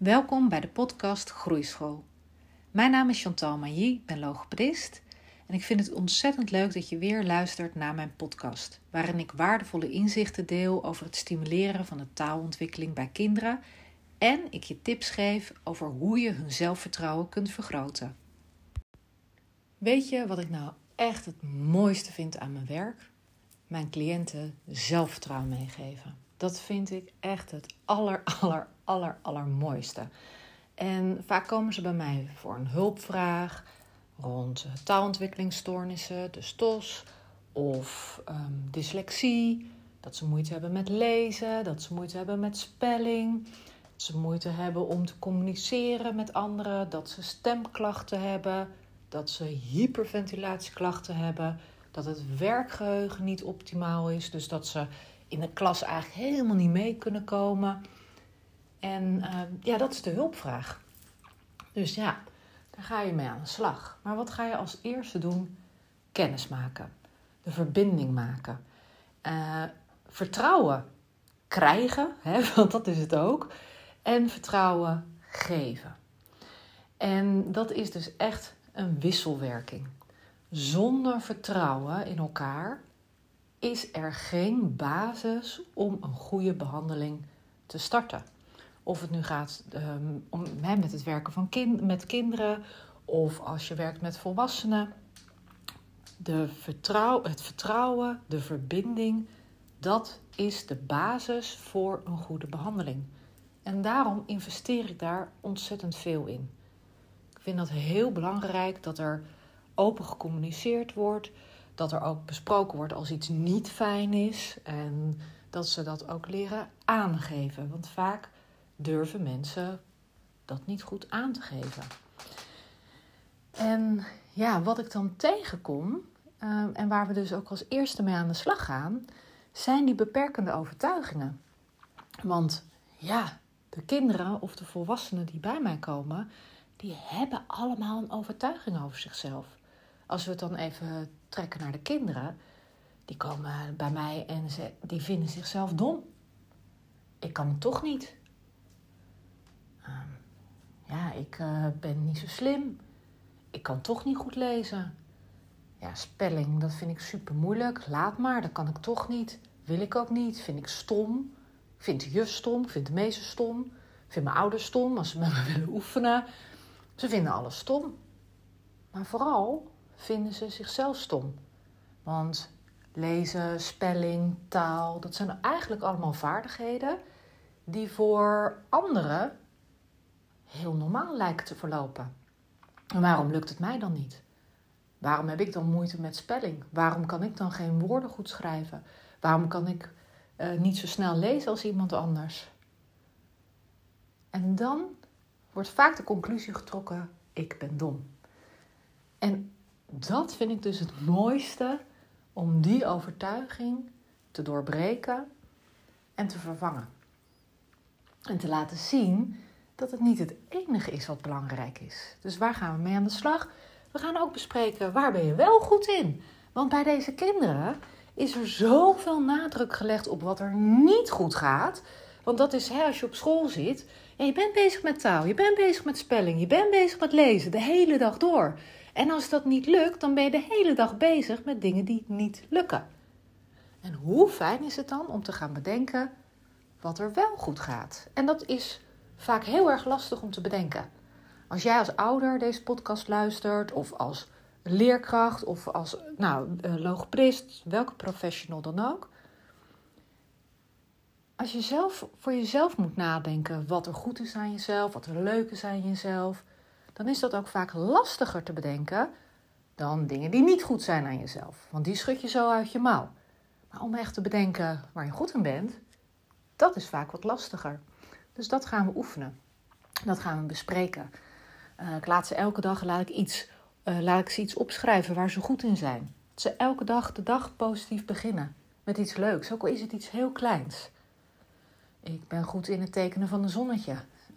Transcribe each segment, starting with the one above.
Welkom bij de podcast Groeischool. Mijn naam is Chantal Mailly, ik ben logopedist en ik vind het ontzettend leuk dat je weer luistert naar mijn podcast, waarin ik waardevolle inzichten deel over het stimuleren van de taalontwikkeling bij kinderen en ik je tips geef over hoe je hun zelfvertrouwen kunt vergroten. Weet je wat ik nou echt het mooiste vind aan mijn werk? Mijn cliënten zelfvertrouwen meegeven. Dat vind ik echt het allermooiste. En vaak komen ze bij mij voor een hulpvraag rond taalontwikkelingsstoornissen, dus TOS, of dyslexie, dat ze moeite hebben met lezen, dat ze moeite hebben met spelling, dat ze moeite hebben om te communiceren met anderen, dat ze stemklachten hebben, dat ze hyperventilatieklachten hebben, dat het werkgeheugen niet optimaal is, dus dat ze in de klas eigenlijk helemaal niet mee kunnen komen. En dat is de hulpvraag. Dus ja, daar ga je mee aan de slag. Maar wat ga je als eerste doen? Kennis maken. De verbinding maken. Vertrouwen krijgen, want dat is het ook. En vertrouwen geven. En dat is dus echt een wisselwerking. Zonder vertrouwen in elkaar is er geen basis om een goede behandeling te starten. Of het nu gaat met het werken met kinderen of als je werkt met volwassenen. Het vertrouwen, de verbinding, dat is de basis voor een goede behandeling. En daarom investeer ik daar ontzettend veel in. Ik vind dat heel belangrijk dat er open gecommuniceerd wordt. Dat er ook besproken wordt als iets niet fijn is. En dat ze dat ook leren aangeven. Want vaak durven mensen dat niet goed aan te geven. En ja, wat ik dan tegenkom, en waar we dus ook als eerste mee aan de slag gaan, zijn die beperkende overtuigingen. Want ja, de kinderen of de volwassenen die bij mij komen, die hebben allemaal een overtuiging over zichzelf. Als we het dan even trekken naar de kinderen, die komen bij mij en die vinden zichzelf dom. Ik kan het toch niet. Ik ben niet zo slim. Ik kan toch niet goed lezen. Ja, spelling, dat vind ik super moeilijk. Laat maar, dat kan ik toch niet. Wil ik ook niet. Vind ik stom. Ik vind de juf stom. Ik vind de meester stom. Ik vind mijn ouders stom als ze met me willen oefenen. Ze vinden alles stom. Maar vooral vinden ze zichzelf stom. Want lezen, spelling, taal, dat zijn eigenlijk allemaal vaardigheden die voor anderen heel normaal lijken te verlopen. En waarom lukt het mij dan niet? Waarom heb ik dan moeite met spelling? Waarom kan ik dan geen woorden goed schrijven? Waarom kan ik niet zo snel lezen als iemand anders? En dan wordt vaak de conclusie getrokken, ik ben dom. En dat vind ik dus het mooiste, om die overtuiging te doorbreken en te vervangen. En te laten zien dat het niet het enige is wat belangrijk is. Dus waar gaan we mee aan de slag? We gaan ook bespreken, waar ben je wel goed in? Want bij deze kinderen is er zoveel nadruk gelegd op wat er niet goed gaat. Want dat is, als je op school zit, en je bent bezig met taal, je bent bezig met spelling, je bent bezig met lezen, de hele dag door. En als dat niet lukt, dan ben je de hele dag bezig met dingen die niet lukken. En hoe fijn is het dan om te gaan bedenken wat er wel goed gaat? En dat is vaak heel erg lastig om te bedenken. Als jij als ouder deze podcast luistert, of als leerkracht, of als logopedist, welke professional dan ook. Als je zelf voor jezelf moet nadenken wat er goed is aan jezelf, wat er leuk is aan jezelf, dan is dat ook vaak lastiger te bedenken dan dingen die niet goed zijn aan jezelf. Want die schud je zo uit je mouw. Maar om echt te bedenken waar je goed in bent, dat is vaak wat lastiger. Dus dat gaan we oefenen. Dat gaan we bespreken. Elke dag laat ik ze iets opschrijven waar ze goed in zijn. Dat ze elke dag de dag positief beginnen. Met iets leuks, ook al is het iets heel kleins. Ik ben goed in het tekenen van een zonnetje.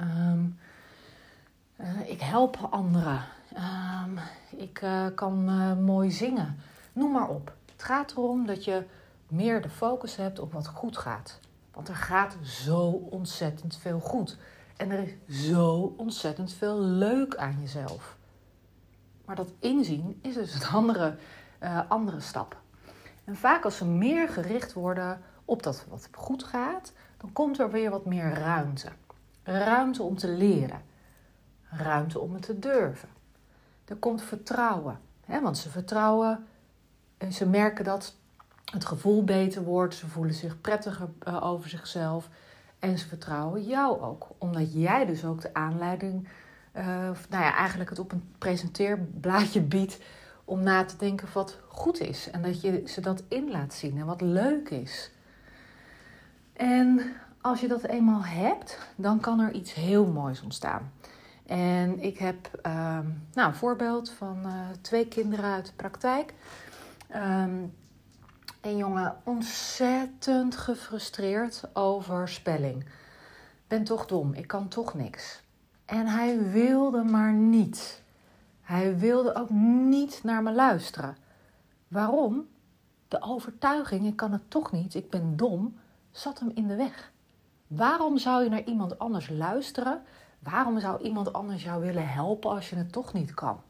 Ik help anderen. Ik kan mooi zingen. Noem maar op. Het gaat erom dat je meer de focus hebt op wat goed gaat. Want er gaat zo ontzettend veel goed. En er is zo ontzettend veel leuk aan jezelf. Maar dat inzien is dus een andere stap. En vaak als we meer gericht worden op dat wat goed gaat, dan komt er weer wat meer ruimte. Ruimte om te leren. Ruimte om het te durven. Er komt vertrouwen. Want ze vertrouwen en ze merken dat het gevoel beter wordt. Ze voelen zich prettiger over zichzelf. En ze vertrouwen jou ook. Omdat jij dus ook de aanleiding, eigenlijk het op een presenteerblaadje biedt om na te denken wat goed is. En dat je ze dat in laat zien en wat leuk is. En als je dat eenmaal hebt, dan kan er iets heel moois ontstaan. En ik heb een voorbeeld van 2 kinderen uit de praktijk. Een jongen ontzettend gefrustreerd over spelling. Ben toch dom, ik kan toch niks. En hij wilde maar niet. Hij wilde ook niet naar me luisteren. Waarom? De overtuiging, ik kan het toch niet, ik ben dom, zat hem in de weg. Waarom zou je naar iemand anders luisteren? Waarom zou iemand anders jou willen helpen als je het toch niet kan?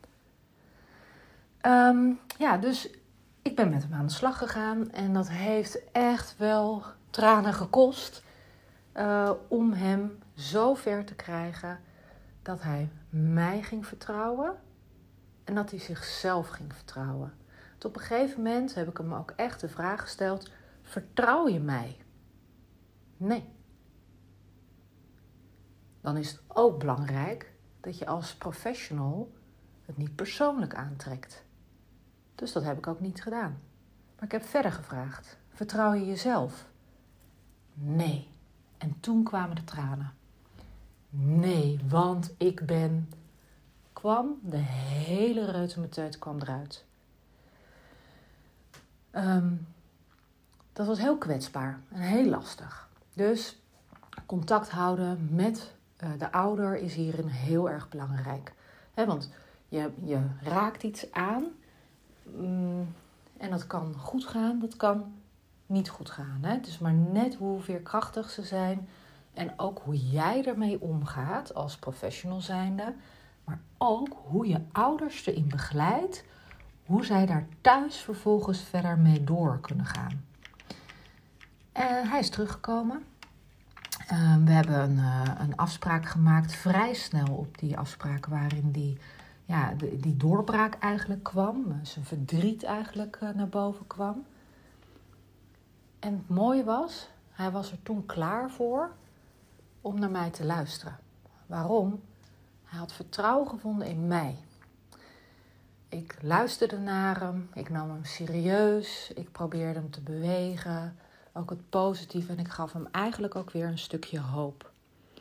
Dus ik ben met hem aan de slag gegaan. En dat heeft echt wel tranen gekost. Om hem zo ver te krijgen dat hij mij ging vertrouwen. En dat hij zichzelf ging vertrouwen. Want op een gegeven moment heb ik hem ook echt de vraag gesteld: vertrouw je mij? Nee. Dan is het ook belangrijk dat je als professional het niet persoonlijk aantrekt. Dus dat heb ik ook niet gedaan. Maar ik heb verder gevraagd: vertrouw je jezelf? Nee. En toen kwamen de tranen. Nee, want de hele reutemeteut kwam eruit. Dat was heel kwetsbaar en heel lastig. Dus contact houden met de ouder is hierin heel erg belangrijk. Want je raakt iets aan en dat kan goed gaan, dat kan niet goed gaan. Het is maar net hoe veerkrachtig ze zijn en ook hoe jij ermee omgaat als professional zijnde. Maar ook hoe je ouders erin begeleidt, hoe zij daar thuis vervolgens verder mee door kunnen gaan. Hij is teruggekomen. We hebben een afspraak gemaakt, vrij snel op die afspraak, waarin die doorbraak eigenlijk kwam. Zijn verdriet eigenlijk naar boven kwam. En het mooie was, hij was er toen klaar voor om naar mij te luisteren. Waarom? Hij had vertrouwen gevonden in mij. Ik luisterde naar hem, ik nam hem serieus, ik probeerde hem te bewegen, ook het positieve, en ik gaf hem eigenlijk ook weer een stukje hoop.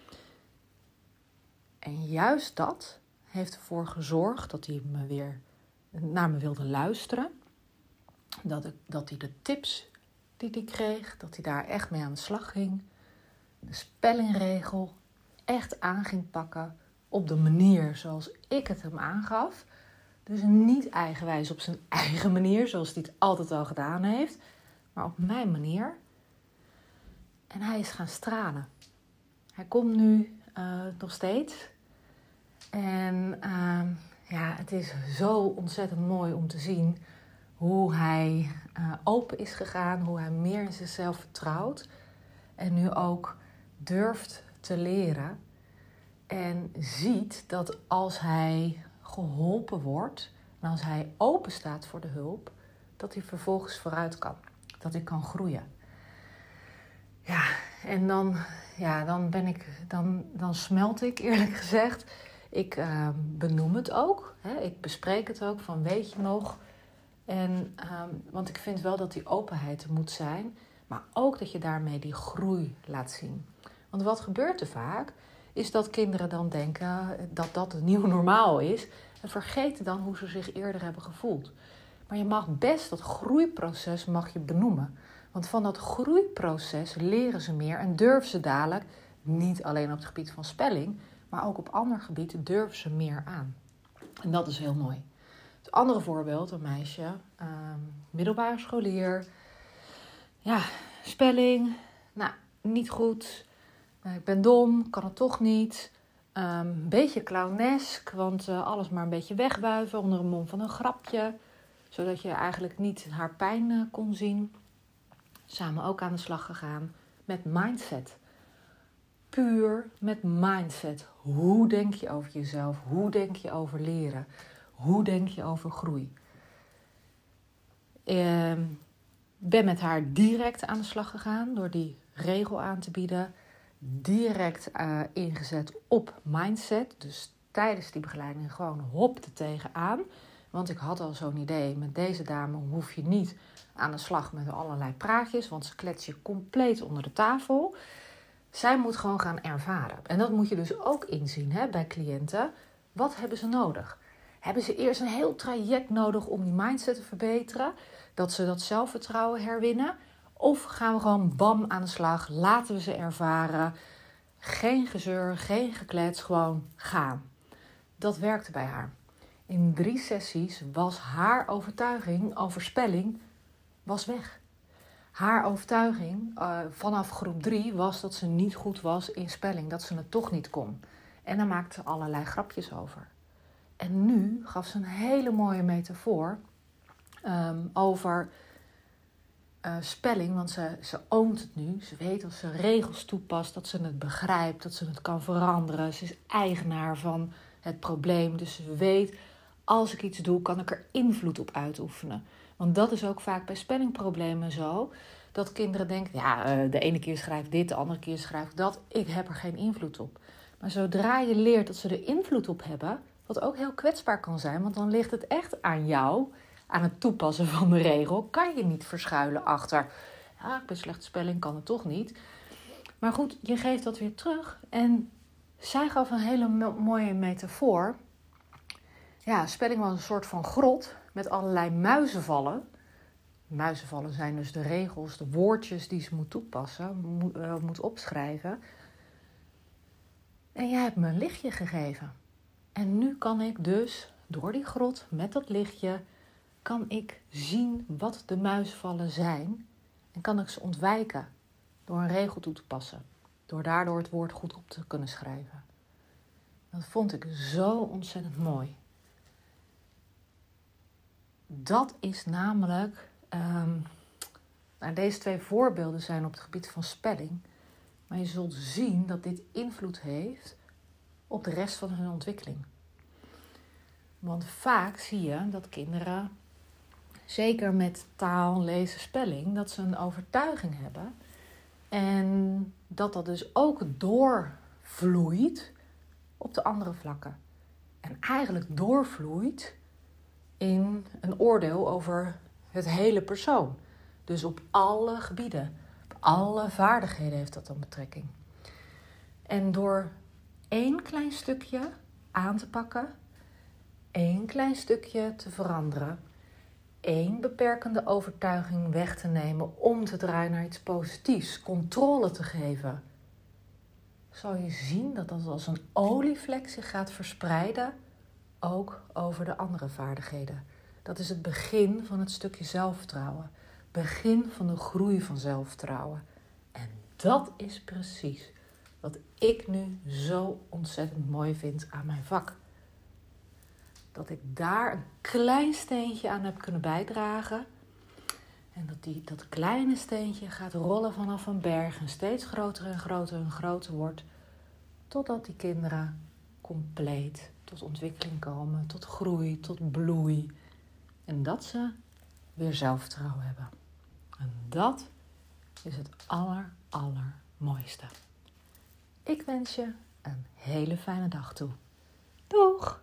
En juist dat heeft ervoor gezorgd dat hij weer naar me wilde luisteren. Dat hij de tips die hij kreeg, dat hij daar echt mee aan de slag ging. De spellingregel echt aan ging pakken op de manier zoals ik het hem aangaf. Dus niet eigenwijs op zijn eigen manier, zoals hij het altijd al gedaan heeft, maar op mijn manier. En hij is gaan stralen. Hij komt nu nog steeds. En het is zo ontzettend mooi om te zien hoe hij open is gegaan, hoe hij meer in zichzelf vertrouwt en nu ook durft te leren. En ziet dat als hij geholpen wordt en als hij open staat voor de hulp, dat hij vervolgens vooruit kan. Dat hij kan groeien. Ja, en dan smelt ik, eerlijk gezegd. Ik benoem het ook. Ik bespreek het ook van weet je nog. Want ik vind wel dat die openheid er moet zijn. Maar ook dat je daarmee die groei laat zien. Want wat gebeurt er vaak, is dat kinderen dan denken dat dat het nieuwe normaal is. En vergeten dan hoe ze zich eerder hebben gevoeld. Maar je mag best dat groeiproces benoemen. Want van dat groeiproces leren ze meer en durven ze dadelijk, niet alleen op het gebied van spelling, maar ook op ander gebied durven ze meer aan. En dat is heel mooi. Het andere voorbeeld, een meisje, middelbare scholier. Ja, spelling, niet goed. Ik ben dom, kan het toch niet. Een beetje clownesk, want alles maar een beetje wegwuiven onder een mom van een grapje. Zodat je eigenlijk niet haar pijn kon zien. Samen ook aan de slag gegaan met mindset. Puur met mindset. Hoe denk je over jezelf? Hoe denk je over leren? Hoe denk je over groei? Ben met haar direct aan de slag gegaan door die regel aan te bieden. Direct ingezet op mindset. Dus tijdens die begeleiding gewoon hopte tegenaan. Want ik had al zo'n idee, met deze dame hoef je niet aan de slag met allerlei praatjes. Want ze klets je compleet onder de tafel. Zij moet gewoon gaan ervaren. En dat moet je dus ook inzien bij cliënten. Wat hebben ze nodig? Hebben ze eerst een heel traject nodig om die mindset te verbeteren? Dat ze dat zelfvertrouwen herwinnen? Of gaan we gewoon bam aan de slag? Laten we ze ervaren. Geen gezeur, geen geklets, gewoon gaan. Dat werkte bij haar. In 3 sessies was haar overtuiging over spelling was weg. Haar overtuiging vanaf groep 3 was dat ze niet goed was in spelling. Dat ze het toch niet kon. En daar maakte ze allerlei grapjes over. En nu gaf ze een hele mooie metafoor over spelling. Want ze oomt het nu. Ze weet als ze regels toepast, dat ze het begrijpt. Dat ze het kan veranderen. Ze is eigenaar van het probleem. Dus ze weet, als ik iets doe, kan ik er invloed op uitoefenen. Want dat is ook vaak bij spellingproblemen zo. Dat kinderen denken, de ene keer schrijft dit, de andere keer schrijft dat. Ik heb er geen invloed op. Maar zodra je leert dat ze er invloed op hebben, wat ook heel kwetsbaar kan zijn, want dan ligt het echt aan jou, aan het toepassen van de regel, kan je niet verschuilen achter, ik ben slecht in spelling, kan het toch niet. Maar goed, je geeft dat weer terug. En zij gaf een hele mooie metafoor. Ja, spelling was een soort van grot met allerlei muizenvallen. Muizenvallen zijn dus de regels, de woordjes die ze moet toepassen, moet opschrijven. En jij hebt me een lichtje gegeven. En nu kan ik dus door die grot met dat lichtje, kan ik zien wat de muizenvallen zijn. En kan ik ze ontwijken door een regel toe te passen. Door daardoor het woord goed op te kunnen schrijven. Dat vond ik zo ontzettend mooi. Dat is namelijk, deze 2 voorbeelden zijn op het gebied van spelling. Maar je zult zien dat dit invloed heeft op de rest van hun ontwikkeling. Want vaak zie je dat kinderen, zeker met taal, lezen, spelling, dat ze een overtuiging hebben. En dat dus ook doorvloeit op de andere vlakken. En eigenlijk doorvloeit in een oordeel over het hele persoon. Dus op alle gebieden, op alle vaardigheden heeft dat dan betrekking. En door 1 klein stukje aan te pakken, 1 klein stukje te veranderen, 1 beperkende overtuiging weg te nemen, om te draaien naar iets positiefs, controle te geven, zal je zien dat dat als een olievlek zich gaat verspreiden, ook over de andere vaardigheden. Dat is het begin van het stukje zelfvertrouwen. Begin van de groei van zelfvertrouwen. En dat is precies wat ik nu zo ontzettend mooi vind aan mijn vak. Dat ik daar een klein steentje aan heb kunnen bijdragen. En dat kleine steentje gaat rollen vanaf een berg en steeds groter en groter en groter wordt. Totdat die kinderen compleet tot ontwikkeling komen, tot groei, tot bloei. En dat ze weer zelfvertrouwen hebben. En dat is het allermooiste. Ik wens je een hele fijne dag toe. Doeg!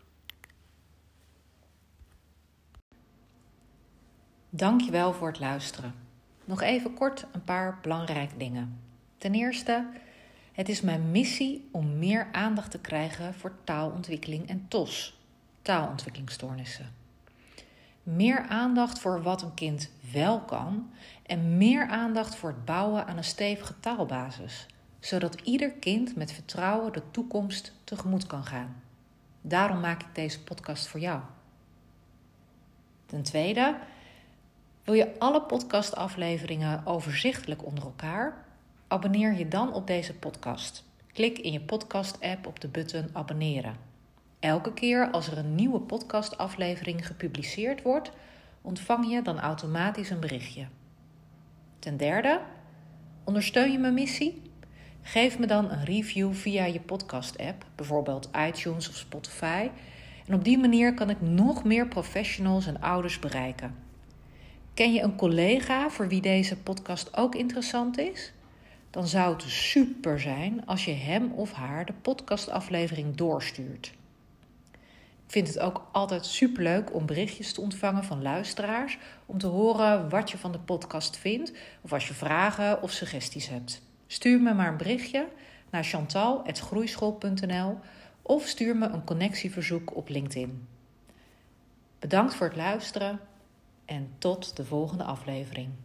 Dankjewel voor het luisteren. Nog even kort een paar belangrijke dingen. Ten eerste, het is mijn missie om meer aandacht te krijgen voor taalontwikkeling en TOS, taalontwikkelingsstoornissen. Meer aandacht voor wat een kind wel kan en meer aandacht voor het bouwen aan een stevige taalbasis, zodat ieder kind met vertrouwen de toekomst tegemoet kan gaan. Daarom maak ik deze podcast voor jou. Ten tweede, wil je alle podcastafleveringen overzichtelijk onder elkaar? Abonneer je dan op deze podcast. Klik in je podcast-app op de button abonneren. Elke keer als er een nieuwe podcastaflevering gepubliceerd wordt, ontvang je dan automatisch een berichtje. Ten derde, ondersteun je mijn missie? Geef me dan een review via je podcast-app, bijvoorbeeld iTunes of Spotify. En op die manier kan ik nog meer professionals en ouders bereiken. Ken je een collega voor wie deze podcast ook interessant is? Dan zou het super zijn als je hem of haar de podcastaflevering doorstuurt. Ik vind het ook altijd superleuk om berichtjes te ontvangen van luisteraars, om te horen wat je van de podcast vindt of als je vragen of suggesties hebt. Stuur me maar een berichtje naar chantal@groeischool.nl of stuur me een connectieverzoek op LinkedIn. Bedankt voor het luisteren en tot de volgende aflevering.